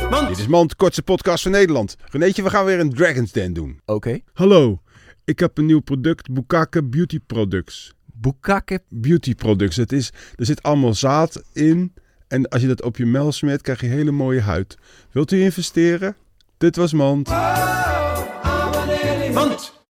Dit is Mand, kortste podcast van Nederland. Renéetje, we gaan weer een Dragon's Den doen. Oké. Hallo, ik heb een nieuw product, Bukake Beauty Products. Bukake Beauty Products, er zit allemaal zaad in. En als je dat op je mel smeert, krijg je hele mooie huid. Wilt u investeren? Dit was Mand.